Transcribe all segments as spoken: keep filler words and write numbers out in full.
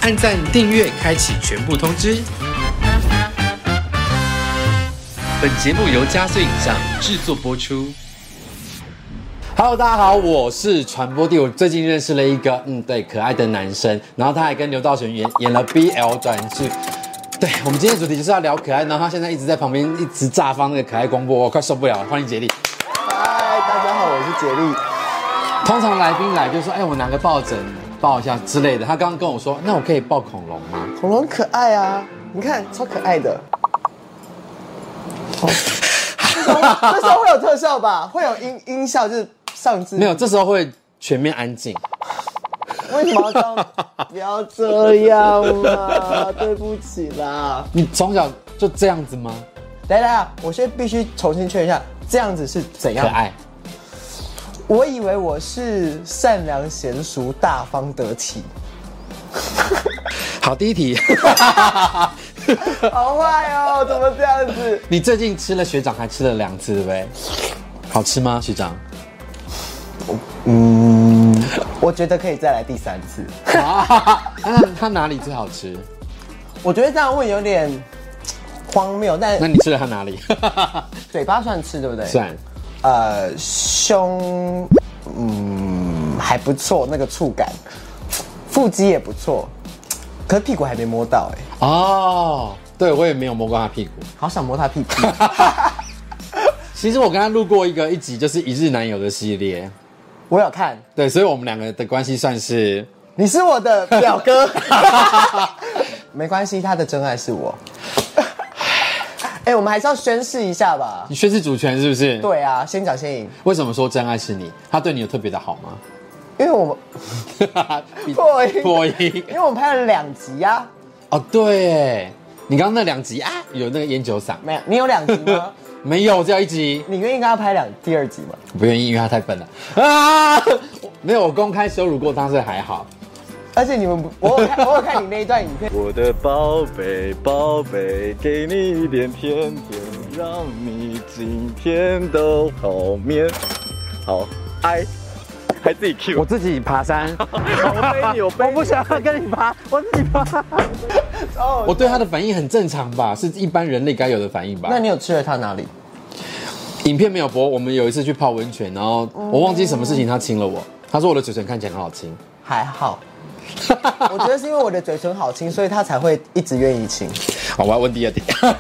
按赞、订阅、开启全部通知。本节目由加速影像制作播出。Hello， 大家好，我是传播帝。我最近认识了一个嗯，对，可爱的男生，然后他还跟刘道玄演演了 B L 短剧。对，我们今天的主题就是要聊可爱，然后他现在一直在旁边一直炸放那个可爱光波，我快受不了了。欢迎杰力。 嗨，大家好，我是杰力。 通常来宾来就说，哎，我拿个抱枕抱一下之类的。他刚刚跟我说，那我可以抱恐龙吗？ 恐龙可爱啊，你看超可爱的。哦、这时候这时候会有特效吧？会有音音效，就是上字。 没有，这时候会全面安静。 为什么要这样？不要这样嘛！对不起啦。 你从小就这样子吗？ 等一下，我先必须重新确认一下，这样子是怎样？ 可爱。 我以为我是善良、娴熟、大方、得体。 好，第一题。 好坏哦，怎么这样子？ 你最近吃了学长，还吃了两次，对不对？好吃吗，学长？ 嗯，我觉得可以再来第三次。 啊，他哪里最好吃？ 我觉得这样问有点荒谬，但那你吃了他哪里？ 嘴巴算吃，对不对？ 算。 呃，胸，嗯，还不错，那个触感，腹肌也不错，可是屁股还没摸到哎、 欸。哦，对，我也没有摸过他屁股， 好想摸他屁股。 其实我跟他录过一个一集，就是一日男友的系列， 我有看。 对，所以我们两个的关系算是， 你是我的表哥，没关系，他的真爱是我。哎、欸，我们还是要宣誓一下吧。 你宣誓主权是不是？ 对啊，先讲先赢。 为什么说真爱是你？他对你有特别的好吗？ 因为我们破音破音， 因为我们拍了两集啊。 哦，对，你刚刚那两集啊，有那个烟酒嗓。 没有，你有两集吗？ 没有，只有一集。 你愿意跟他拍两第二集吗？ 不愿意，因为他太笨了啊！没有，我公开羞辱过他，所以还好。 而且你们，我有看，我有看你那一段影片。 我的宝贝，宝贝，给你一点甜甜，让你今天都好眠。好，爱，还自己 Q。 我自己爬山。 我背你，我背你。 我不想要跟你爬，我自己爬。 我对他的反应很正常吧，是一般人类该有的反应吧？ 那你有吃了他哪里？ 影片没有播。我们有一次去泡温泉，然后我忘记什么事情，他亲了我。他说我的嘴唇看起来很好亲。 还好。我觉得是因为我的嘴唇好亲，所以他才会一直愿意亲。 好，我要问第二题。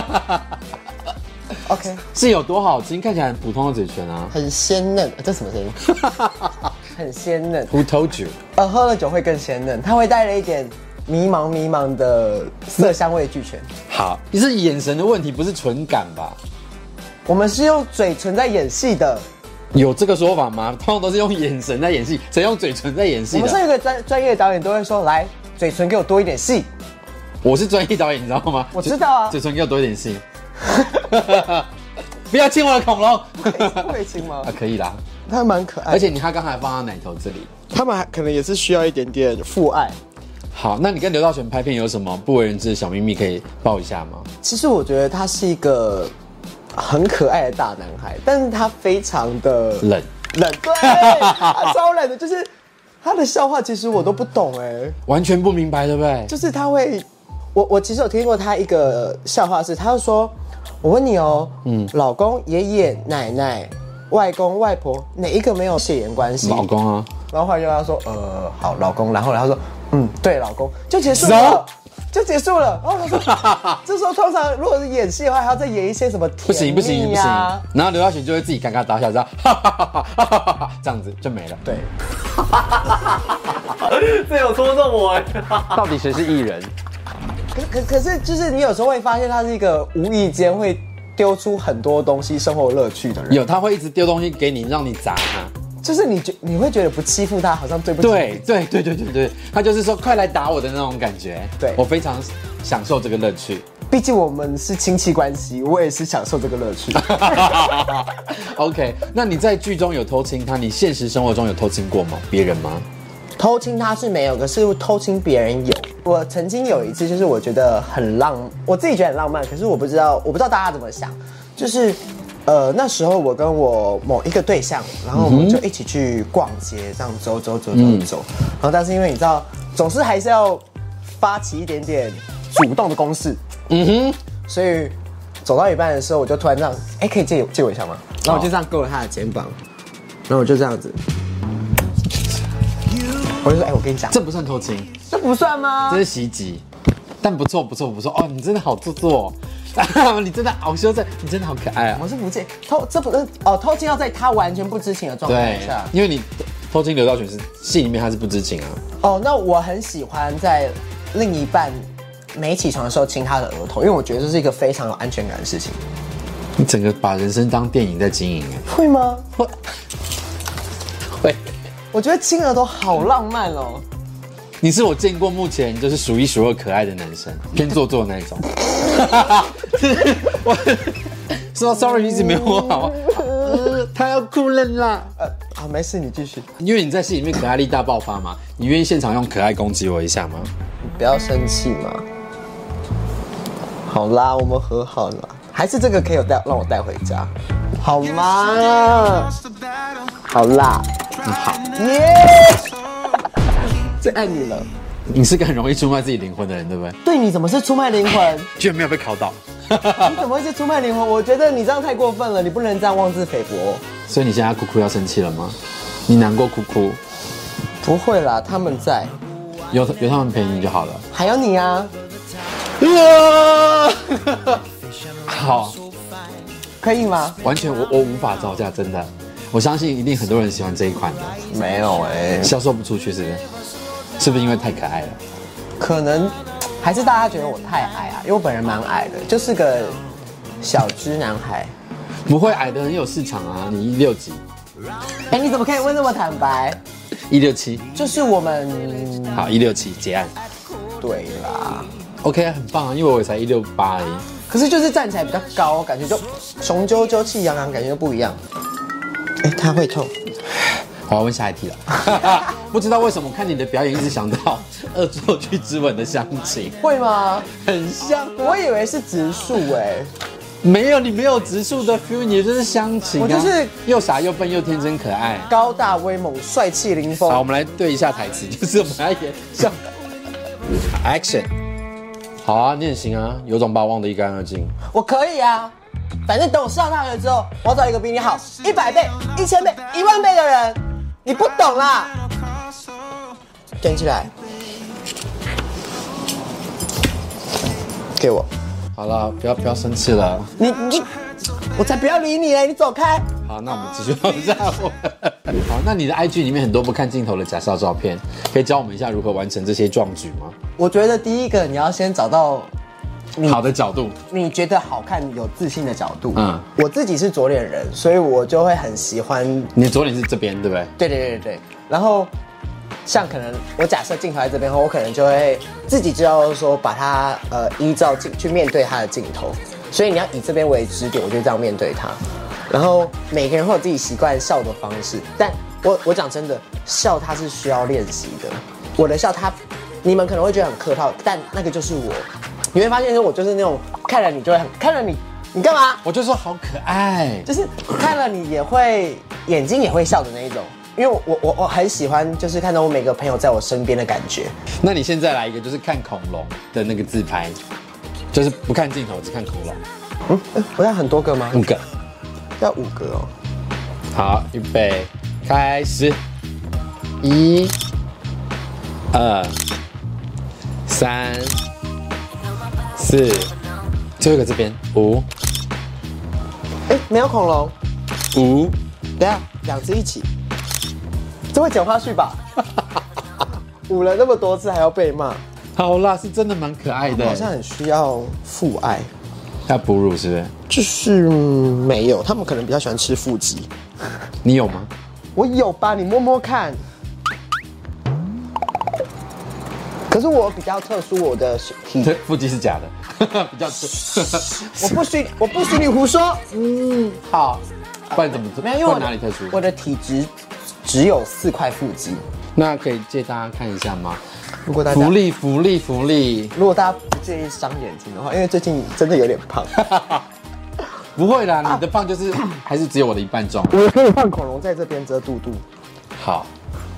OK， 是有多好亲？看起来很普通的嘴唇啊， 很鲜嫩。这什么声音？很鲜嫩。 Who told you？ 呃，喝了酒会更鲜嫩，它会带了一点迷茫迷茫的色香味俱全。 好，你是眼神的问题，不是唇感吧？ 我们是用嘴唇在演戏的。 有这个说法吗？通常都是用眼神在演戏，谁用嘴唇在演戏的？ 我们这个专专业导演都会说，来，嘴唇给我多一点戏。 我是专业导演，你知道吗？ 我知道啊。 嘴唇给我多一点戏。不要亲我的恐龙。 不可以亲吗？ 啊，可以啦。 他蛮可爱的， 而且你他刚才放到奶头这里， 他们可能也是需要一点点父爱。 好，那你跟刘道玄拍片有什么不为人知的小秘密可以爆一下吗？ 其实我觉得他是一个很可爱的大男孩，但是他非常的冷冷，对，他超冷的，就是他的笑话其实我都不懂哎、欸， 完全不明白，对不对？ 就是他会，我我其实有听过他一个笑话是，他就说，我问你哦，嗯，老公、爷爷、奶奶、外公、外婆哪一个没有血缘关系？ 老公啊， 然后后来就他说，呃，好，老公，然后他说，嗯，对，老公，就结束了。就结束了，然后他说，这时候通常如果是演戏的话，还要再演一些什么甜蜜啊， 不行不行不行，然后刘道玄就会自己尴尬打笑，这样，哈哈哈哈哈哈，这样子就没了。 对， 这有戳中我哎！ 到底谁是艺人？ 可可可是就是你有时候会发现他是一个无意间会丢出很多东西生活乐趣的人， 有他会一直丢东西给你，让你砸他。 就是你觉你会觉得不欺负他好像对不起。 对对对对对对，他就是说快来打我的那种感觉。 对， 我非常享受这个乐趣。 毕竟我们是亲戚关系，我也是享受这个乐趣。 OK， 那你在剧中有偷亲他，你现实生活中有偷亲过吗？别人吗？ 偷亲他是没有，可是偷亲别人有。我曾经有一次，就是我觉得很浪，我自己觉得很浪漫，可是我不知道，我不知道大家怎么想。就是，呃，那时候我跟我某一个对象，然后我们就一起去逛街，这样走走走走走。嗯、然后，但是因为你知道，总是还是要发起一点点主动的攻势。 嗯哼， 所以走到一半的时候，我就突然这样，哎、欸，可以借借我一下吗？然后我就这样勾了他的肩膀，然后我就这样子，我就说，哎、欸，我跟你讲， 这不算偷亲， 这不算吗？ 这是袭击，但不错不错不错哦，你真的好做作、哦，你真的好羞涩，你真的好可爱啊！ 我是不介偷，这不是哦，偷亲要在他完全不知情的状态下， 因为你偷亲刘道玄是戏里面他是不知情啊。 哦，那我很喜欢在另一半没起床的时候亲他的额头，因为我觉得这是一个非常有安全感的事情。 你整个把人生当电影在经营哎。 会吗？ 会。会。 我觉得亲额头好浪漫哦。 你是我见过目前就是数一数二可爱的男生，偏做作的那一种。我说 sorry， 一直没有我好。呃，他要哭了啦。 呃，好，没事，你继续。 因为你在戏里面可爱力大爆发嘛，你愿意现场用可爱攻击我一下吗？ 你不要生气嘛。好啦，我们和好了。还是这个可以有带让我带回家，好吗？好啦， 嗯、好， 耶、yeah! 最爱你了。 你是个很容易出卖自己灵魂的人，对不对？ 对，你怎么是出卖灵魂？ 居然没有被考到。 你怎么会是出卖灵魂？我觉得你这样太过分了，你不能这样妄自菲薄。 所以你现在哭哭要生气了吗？你难过哭哭？ 不会啦，他们在， 有有他们陪你就好了。 还有你啊。 好， 可以吗？ 完全我我无法招架，真的。我相信一定很多人喜欢这一款的。 没有哎、欸， 销售不出去是不是？是不是因为太可爱了？ 可能还是大家觉得我太矮啊，因为我本人蛮矮的，就是个小只男孩。 不会，矮的很有市场啊！你一六几？ 哎、欸，你怎么可以问那么坦白？ 一六七， 就是我们好一六七结案。 对啦 ，OK， 很棒啊，因为我才一六八而已。 可是就是站起来比较高，感觉就雄赳赳气扬扬，感觉就不一样。哎、欸，他会痛。 我要问下一题了。不知道为什么看你的表演一直想到《恶作剧之吻》的详情。 会吗？ 很像、啊。 我以为是植树哎。 没有，你没有植树的 feel， 你就是乡情、啊。 我就是又傻又笨又天真可爱， 高大威猛，帅气凌风。 好，我们来对一下台词，就是我们来演像 action。好啊，你很行啊，有种把我忘得一干二净。 我可以啊，反正等我上大学之后，我要找一个比你好一百倍、一千倍、一万倍的人。你不懂啦，捡起来，给我。 好了，不要不要生气了。 你你，我才不要理你嘞！你走开。 好，那我们继续往下问。好，那你的 I G 里面很多不看镜头的假笑照片，可以教我们一下如何完成这些壮举吗？ 我觉得第一个你要先找到你好的角度， 你觉得好看、有自信的角度。 嗯， 我自己是左脸人，所以我就会很喜欢。 你的左脸是这边，对不对？ 对对对对对。然后，像可能我假设镜头在这边后，我可能就会自己知道说把它呃依照镜去面对它的镜头，所以你要以这边为支点，我就这样面对它。然后每个人会有自己习惯笑的方式，但我我讲真的，笑它是需要练习的。我的笑它，你们可能会觉得很客套，但那个就是我。你会发现说，我就是那种看了你就会很看了你，你干嘛？ 我就说好可爱， 就是看了你也会眼睛也会笑的那一种。因为我我我很喜欢，就是看到我每个朋友在我身边的感觉。 那你现在来一个，就是看恐龙的那个自拍，就是不看镜头，只看恐龙。 嗯，我要很多个吗？ 五个， 要五个哦。 好，预备，开始，一、二、三、四，最后一个这边五。 哎，没有恐龙。 五， 等下两只一起。这会剪花絮吧？舞了那么多次还要被骂。 好啦，是真的蛮可爱的。 好像很需要父爱， 要哺乳是不是？ 就是没有，他们可能比较喜欢吃腹肌。 你有吗？ 我有吧，你摸摸看。可是我比较特殊，我的体腹肌是假的，比较我不许我不许你胡说。嗯，好。 不然怎么？ 没有，因为我哪里特殊？ 我的体质只有四块腹肌。 那可以借大家看一下吗？ 如果大家福利福利福利， 如果大家不介意伤眼睛的话，因为最近真的有点胖。 不会啦，你的胖就是还是只有我的一半重。 我可以放恐龙在这边遮肚肚。 好，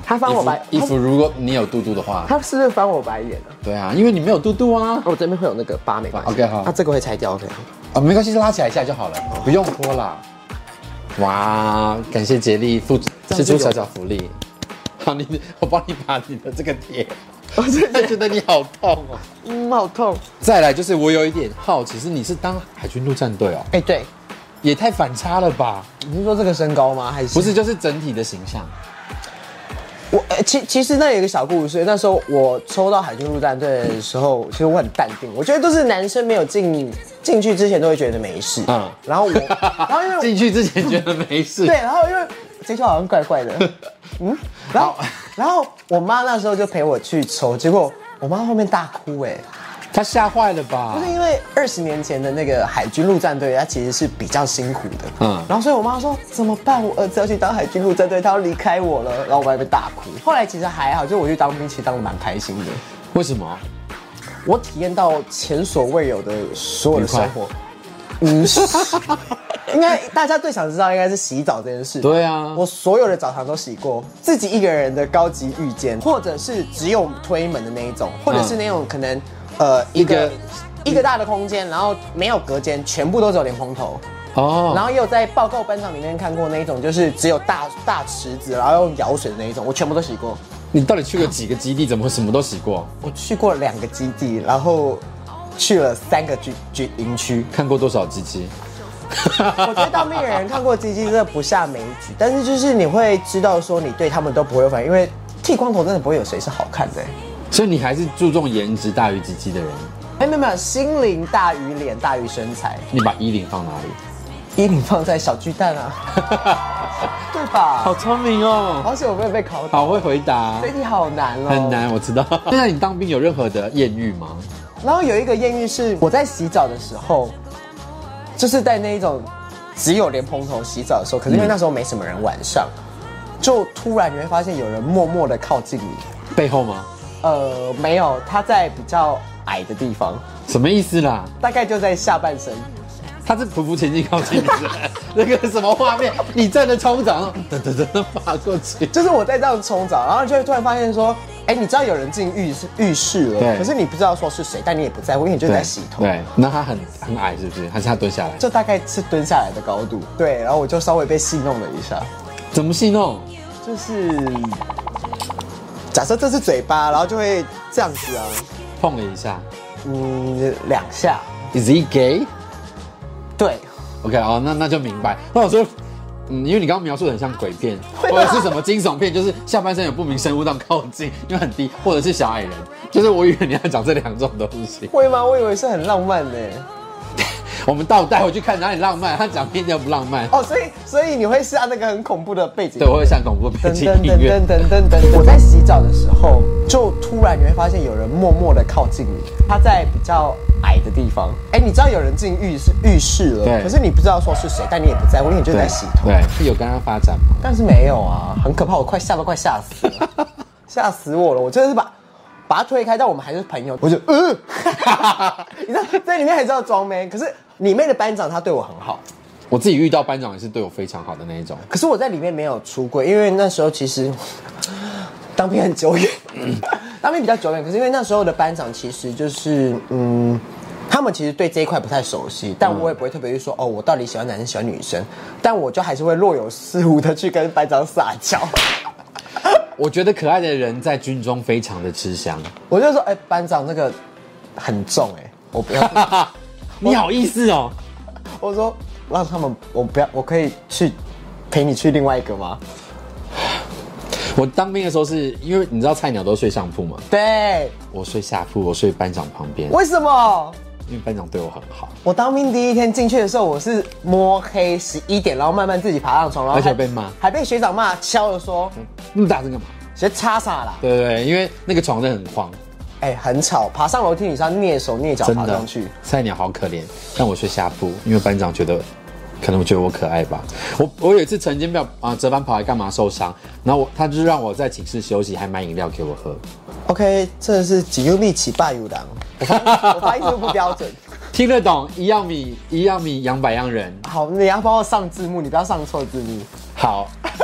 他翻我白衣服，衣服如果你有肚肚的话， 他是不是翻我白眼啊？ 对啊，因为你没有肚肚啊。 我这边会有那个疤，没关系。 OK 好， 那、啊、这个会拆掉 OK。 啊，没关系，拉起来一下就好了，不用脱啦。哇，感谢杰力付吃出小小福利。好，你我帮你把你的这个贴。我真的觉得你好痛哦， 嗯，好痛。 再来就是我有一点好奇，是你是当海军陆战队哦？ 哎，对， 也太反差了吧？ 你是说这个身高吗？还是不是？就是整体的形象。 我呃，其其实那有一个小故事。那时候我抽到海军陆战队的时候，其实我很淡定。我觉得都是男生没有进进去之前都会觉得没事。嗯，然后我，然后因为进去之前觉得没事。 对，然后因为这句好像怪怪的。嗯，然后然后我妈那时候就陪我去抽，结果我妈后面大哭哎、欸。 他吓坏了吧？ 不是因为二十年前的那个海军陆战队，它其实是比较辛苦的。嗯，然后所以我妈说怎么办？我儿子要去当海军陆战队，他要离开我了。然后我妈被大哭。后来其实还好，就我去当兵，其实当得蛮开心的。 为什么？ 我体验到前所未有的所有的生活。嗯，应该大家最想知道应该是洗澡这件事。 对啊， 我所有的澡堂都洗过，自己一个人的高级浴间，或者是只有推门的那一种，或者是那种可能。呃，一个一个大的空间，然后没有隔间，全部都只有莲蓬头。哦，然后也有在报告班长里面看过那一种，就是只有大大池子，然后用舀水的那一种，我全部都洗过。 你到底去了几个基地？怎么会什么都洗过？ 我去过两个基地，然后去了三个军军营区。 看过多少鸡鸡？ 我觉得当兵的人看过鸡鸡真的不下枚举，但是就是你会知道说你对他们都不会有反应，因为剃光头真的不会有谁是好看的、欸。 所以你还是注重颜值大于鸡鸡的人？ 哎，没有没有，心灵大于脸大于身材。 你把衣领放哪里？ 衣领放在小巨蛋啊，对吧？ 好聪明哦！ 而且我没有被考到， 好会回答。 这题好难哦， 很难，我知道。现在你当兵有任何的艳遇吗？ 然后有一个艳遇是我在洗澡的时候，就是在那一种只有莲蓬头洗澡的时候，可是因为那时候没什么人，晚上就突然你会发现有人默默的靠近你， 背后吗？ 呃，没有，他在比较矮的地方。 什么意思啦？ 大概就在下半身。 他是匍匐前进靠近你，那个什么画面？你站着冲澡，噔噔噔噔爬过去。 就是我在这样冲澡，然后就会突然发现说，哎、欸，你知道有人进浴室浴室了，可是你不知道说是谁，但你也不在乎，因为你就在洗头。 对，那他很很矮是不是？还是他蹲下来？ 就大概是蹲下来的高度。对，然后我就稍微被戏弄了一下。 怎么戏弄？ 就是假设这是嘴巴，然后就会这样子啊， 碰了一下， 嗯，两下。 Is he gay？ 对 ，OK 哦，那那就明白。那我说，嗯，因为你刚刚描述的很像鬼片，或者是什么惊悚片，就是下半身有不明生物这样靠近，因为很低，或者是小矮人，就是我以为你要讲这两种东西。 会吗？我以为是很浪漫的。 我们倒带回去看哪里浪漫，他讲一点不浪漫哦，所以所以你会下那个很恐怖的背景， 对，我会下恐怖的背景音乐。 噔噔噔噔噔。我在洗澡的时候，就突然你会发现有人默默的靠近你，他在比较矮的地方。哎，你知道有人进浴室浴室了，对，可是你不知道说是谁，但你也不在乎，因为你就在洗头。 对，是有跟他发展吗？ 但是没有啊，很可怕，我快吓都快吓死了，吓死我了，我真的是把。把他推开，但我们还是朋友。我就嗯，你知道在里面还是要装妹，可是里面的班长他对我很好。 我自己遇到班长也是对我非常好的那一种。 可是我在里面没有出柜，因为那时候其实当兵很久远，当兵比较久远。可是因为那时候的班长其实就是嗯，他们其实对这一块不太熟悉，但我也不会特别去说哦，我到底喜欢男生喜欢女生，但我就还是会若有似无的去跟班长撒娇。 我觉得可爱的人在军中非常的吃香。 我就说，哎、欸，班长那个很重、欸，哎，我不要。 你好意思哦？ 我说让他们，我不要，我可以去陪你去另外一个吗？ 我当兵的时候是因为你知道菜鸟都睡上铺嘛？ 对。 我睡下铺，我睡班长旁边。 为什么？ 因为班长对我很好。 我当兵第一天进去的时候，我是摸黑十一点，然后慢慢自己爬上床，然后而且被骂， 还被学长骂，敲了说、嗯、 那么大声干嘛？ 学插啥啦？ 对对对，因为那个床真的很晃， 哎、欸，很吵，爬上楼梯你是要蹑手蹑脚爬上去。 菜鸟好可怜，但我睡下铺，因为班长觉得。可能我觉得我可爱吧。我我有一次曾经没有啊值班跑来干嘛受伤，然后我他就让我在寝室休息，还买饮料给我喝。 OK， 这是几优米起霸油郎，我发音是不标准。 听得懂一样米一样米养百样人。 好，你要帮我上字幕，你不要上错字幕。 好，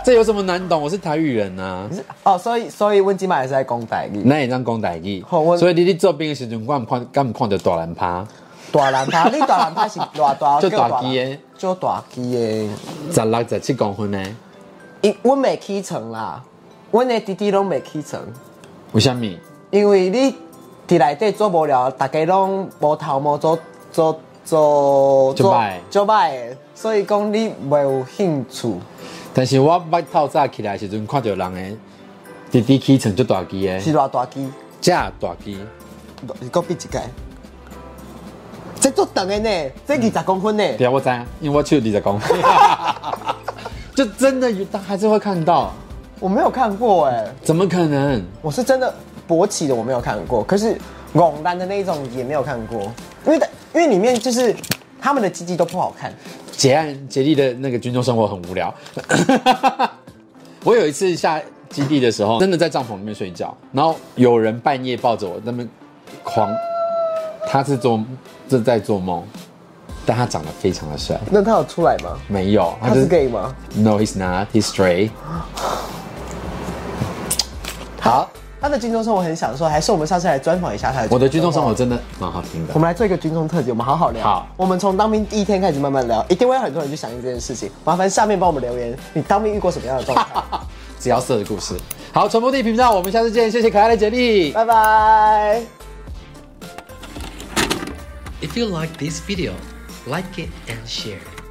这有什么难懂？我是台语人啊。 哦，所以所以温金马也是在讲台语。 那也当讲台语。 好我所以你咧做兵的时阵，我唔看，敢唔看到大蓝趴？ 大蓝趴，你大蓝趴是偌大？ 就大机的， 就大机的。 十六、十七公分呢？ 因阮未起床啦，阮的弟弟拢未起床。 为什么？ 因为你伫内底做无聊，大家拢无头毛做做做做歹做歹的，所以讲你袂有兴趣。 但是我捌透早起来的时阵，看到人的弟弟起床就大机的， 是偌大机？ 这大机， 你搁比一个。这做长的呢，这二十公分呢。 对啊，我知啊，因为我去二十公分，就真的有，他还是会看到。 我没有看过哎， 怎么可能？ 我是真的勃起的，我没有看过，可是拱单的那一种也没有看过，因为因为里面就是他们的鸡鸡都不好看。 结案杰力的那个军中生活很无聊。我有一次下基地的时候，真的在帐篷里面睡觉，然后有人半夜抱着我，那么狂，他是做这在做梦，但他长得非常的帅。 那他有出来吗？ 没有， 他是 gay 吗 ？No, he's not. He's straight. 好，他的军中生活很享受，还是我们下次来专访一下他的。 我的军中生活真的蛮好听的。 我们来做一个军中特辑，我们好好聊。 好， 我们从当兵第一天开始慢慢聊，一定会有很多人去响应这件事情。麻烦下面帮我们留言，你当兵遇过什么样的状态？ 只要色的故事。好，传播地频道，我们下次见，谢谢可爱的杰力， 拜拜。 If you like this video, like it and share it.